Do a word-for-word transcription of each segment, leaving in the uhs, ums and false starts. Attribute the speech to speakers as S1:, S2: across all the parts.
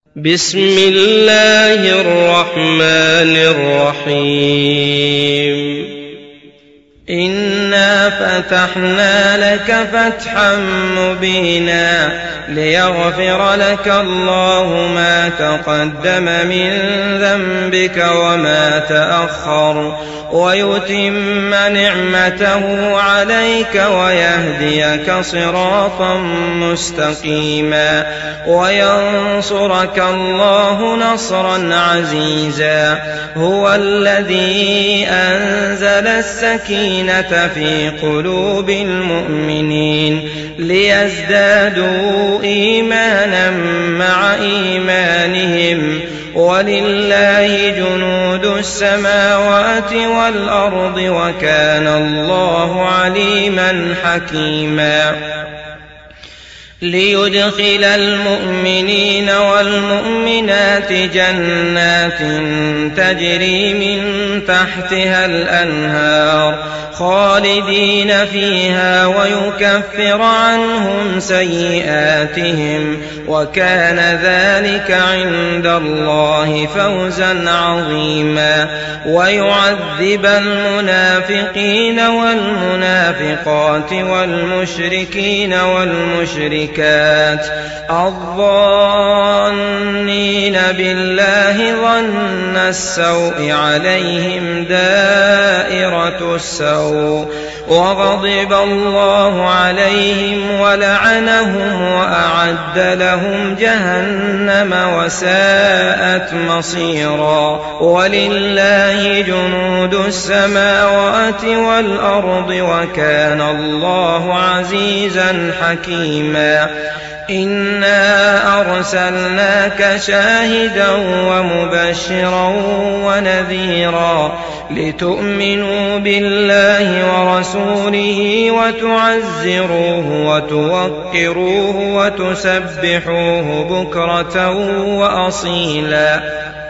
S1: بسم الله الرحمن الرحيم إنا فتحنا لك فتحا مبينا ليغفر لك الله ما تقدم من ذنبك وما تأخر ويتم نعمته عليك ويهديك صراطا مستقيما وينصرك الله نصرا عزيزا هو الذي أنزل السكينة في قلوب المؤمنين ليزدادوا إيمانا مع إيمانهم ولله جنود السماوات والأرض وكان الله عليما حكيما ليدخل المؤمنين والمؤمنات جنات تجري من تحتها الأنهار خالدين فيها ويكفر عنهم سيئاتهم وكان ذلك عند الله فوزا عظيما ويعذب المنافقين والمنافقات والمشركين والمشركين الظانين بالله ظن السوء عليهم دائرة السوء وغضب الله عليهم ولعنهم وأعد لهم جهنم وساءت مصيرا ولله جنود السماوات والأرض وكان الله عزيزا حكيما إنا أرسلناك شاهدا ومبشرا ونذيرا لتؤمنوا بالله ورسوله وتعزروه وتوقروه وتسبحوه بكرة وأصيلا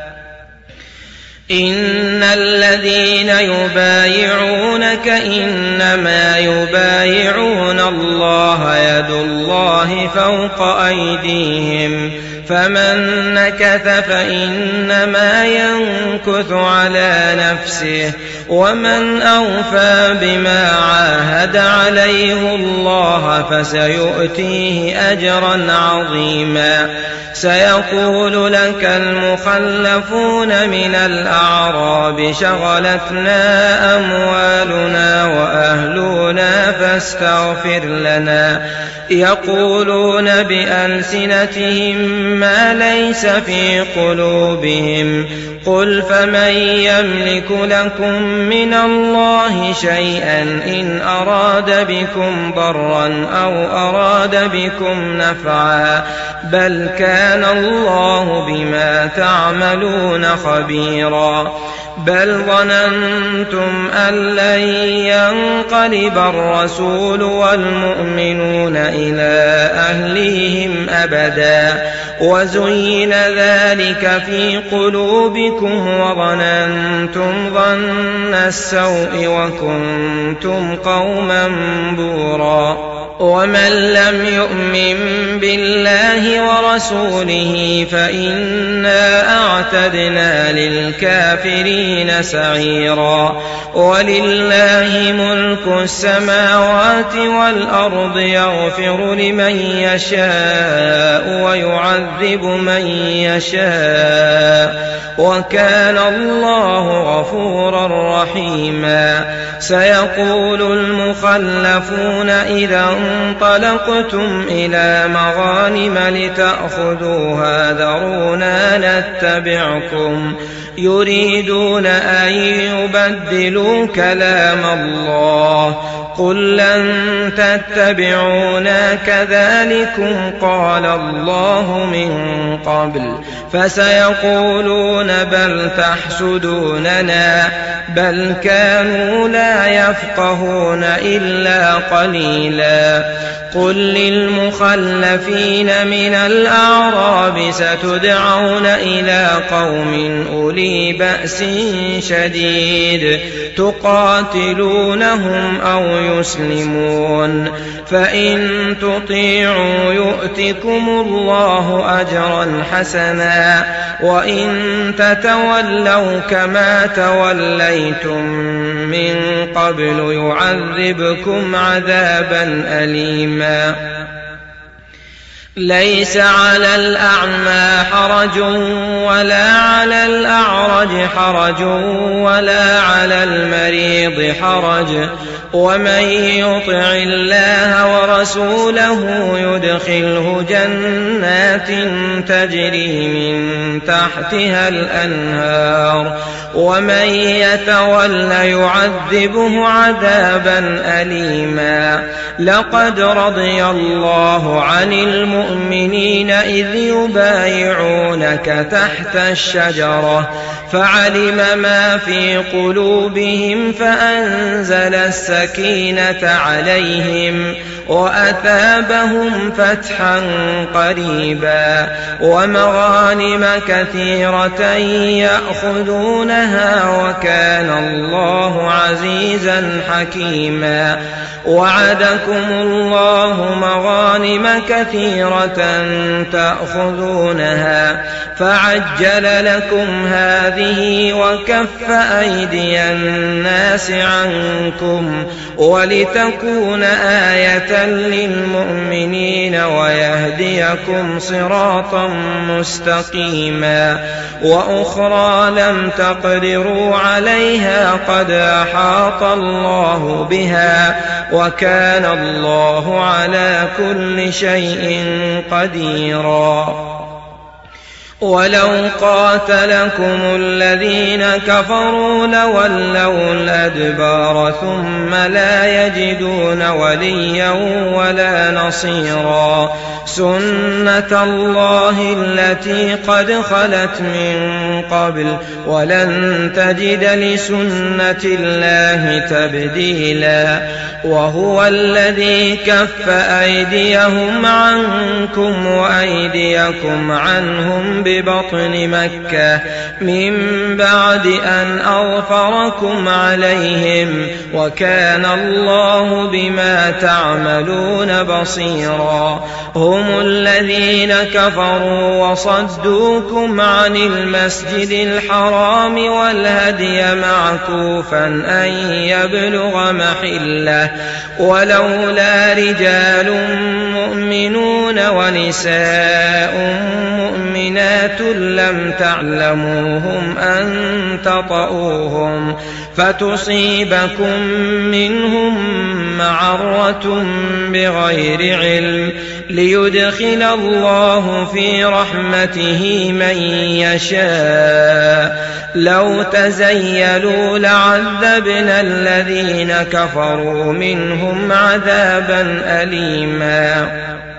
S1: إن الذين يبايعونك إنما يبايعون الله يد الله فوق أيديهم فمن نكث فإنما ينكث على نفسه ومن أوفى بما عاهد عليه الله فسيؤتيه أجرا عظيما سيقول لك المخلفون من الأعراب شغلتنا أموالنا وأهلنا فاستغفر لنا يقولون بألسنتهم ما ليس في قلوبهم قل فمن يملك لكم من الله شيئا إن أراد بكم ضرا أو أراد بكم نفعا بل كان الله بما تعملون خبيرا بل ظننتم أن لن ينقلب الرسول والمؤمنون إلى أهليهم أبدا وزين ذلك في قلوبكم وظننتم ظن السوء وكنتم قوما بورا ومن لم يؤمن بالله ورسوله فإنا أعتدنا للكافرين سعيرا ولله ملك السماوات والأرض يغفر لمن يشاء ويعذب من يشاء وكان الله غفورا رحيما سيقول المخلفون إذا انطلقتم إلى مغانم لتأخذوها ذرونا نتبعكم يريدون أن يبدلوا كلام الله قل لن تتبعونا كذلكم قال الله من قبل فسيقولون بل تحسدوننا بل كانوا لا يفقهون إلا قليلا قل للمخلفين من الأعراب ستدعون إلى قوم أولي بأس شديد تقاتلونهم أو يسلمون فإن تطيعوا يؤتكم الله أجرا قرضا حسنا وإن تتولوا كما توليتم من قبل يعذبكم عذابا أليما ليس على الأعمى حرج ولا على الأعرج حرج ولا على المريض حرج ومن يطع الله ورسوله يدخله جنات تجري من تحتها الأنهار ومن يتول يعذبه عذابا أليما لقد رضي الله عن المؤمنين إذ يبايعونك تحت الشجرة فعلم ما في قلوبهم فأنزل السكينة عليهم وأثابهم فتحا قريبا ومغانم كثيرة يأخذونها وكان الله عزيزا حكيما وعدكم الله مغانم كثيرة تأخذونها فعجل لكم هذه وكف أيدي الناس عنكم ولتكون آية للمؤمنين ويهديكم صراطا مستقيما وأخرى لم تقدروا عليها قد أحاط الله بها وكان الله على كل شيء قديرا ولو قاتلكم الذين كفروا لولوا الأدبار ثم لا يجدون وليا ولا نصيرا سنة الله التي قد خلت من قبل ولن تجد لسنة الله تبديلا وهو الذي كف أيديهم عنكم وأيديكم عنهم ببطن مكة من بعد أن أظفركم عليهم وكان الله بما تعملون بصيرا هم الذين كفروا وصدوكم عن المسجد الحرام والهدي معكوفا أن يبلغ محله ولولا رجال مؤمنون ونساء مؤمنات لم تعلموهم أن تطؤوهم فتصيبكم منهم معرة بغير علم ليدخل الله في رحمته من يشاء لو تزيلوا لعذبنا الذين كفروا منهم عذابا أليما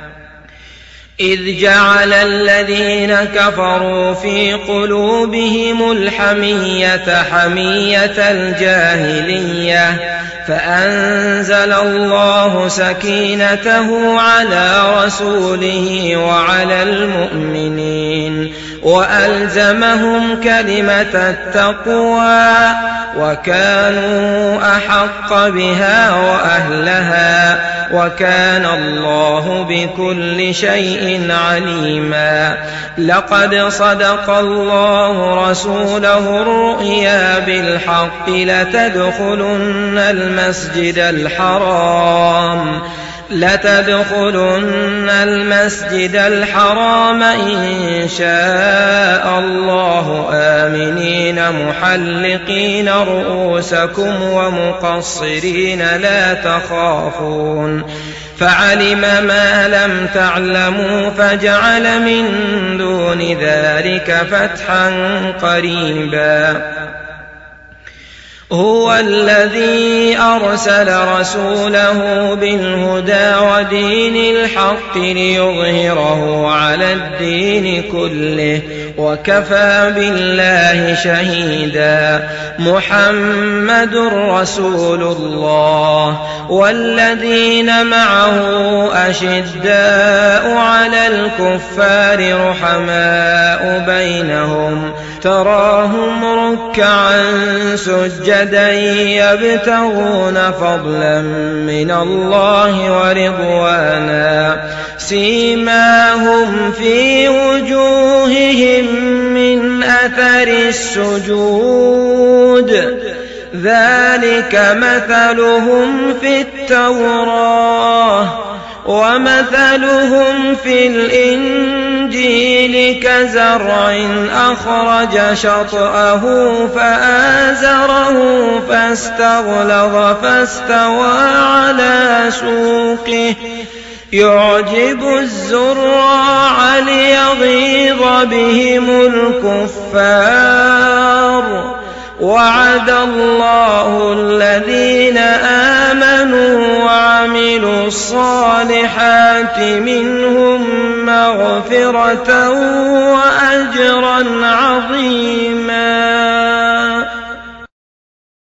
S1: إذ جعل الذين كفروا في قلوبهم الحمية حمية الجاهلية فأنزل الله سكينته على رسوله وعلى المؤمنين وألزمهم كلمة التقوى وكانوا أحق بها وأهلها وكان الله بكل شيء عليما لقد صدق الله رسوله الرؤيا بالحق لتدخلن المسجد الحرام لتدخلن المسجد الحرام إن شاء الله آمنين محلقين رؤوسكم ومقصرين لا تخافون فعلم ما لم تعلموا فجعل من دون ذلك فتحا قريبا هو الذي أرسل رسوله بالهدى ودين الحق ليظهره على الدين كله وكفى بالله شهيدا محمد رسول الله والذين معه أشداء على الكفار رحماء بينهم تراهم ركعا سجدا سجدا يبتغون فضلا من الله ورضوانا سيماهم في وجوههم من أثر السجود ذلك مثلهم في التوراة ومثلهم في الإنجيل كزرع أخرج شطأه فآزره فاستغلظ فاستوى على سوقه يعجب الزراع ليغيظ بهم الكفار وعد الله الذين آمنوا وعملوا الصالحات منهم مغفرة وأجرا عظيما.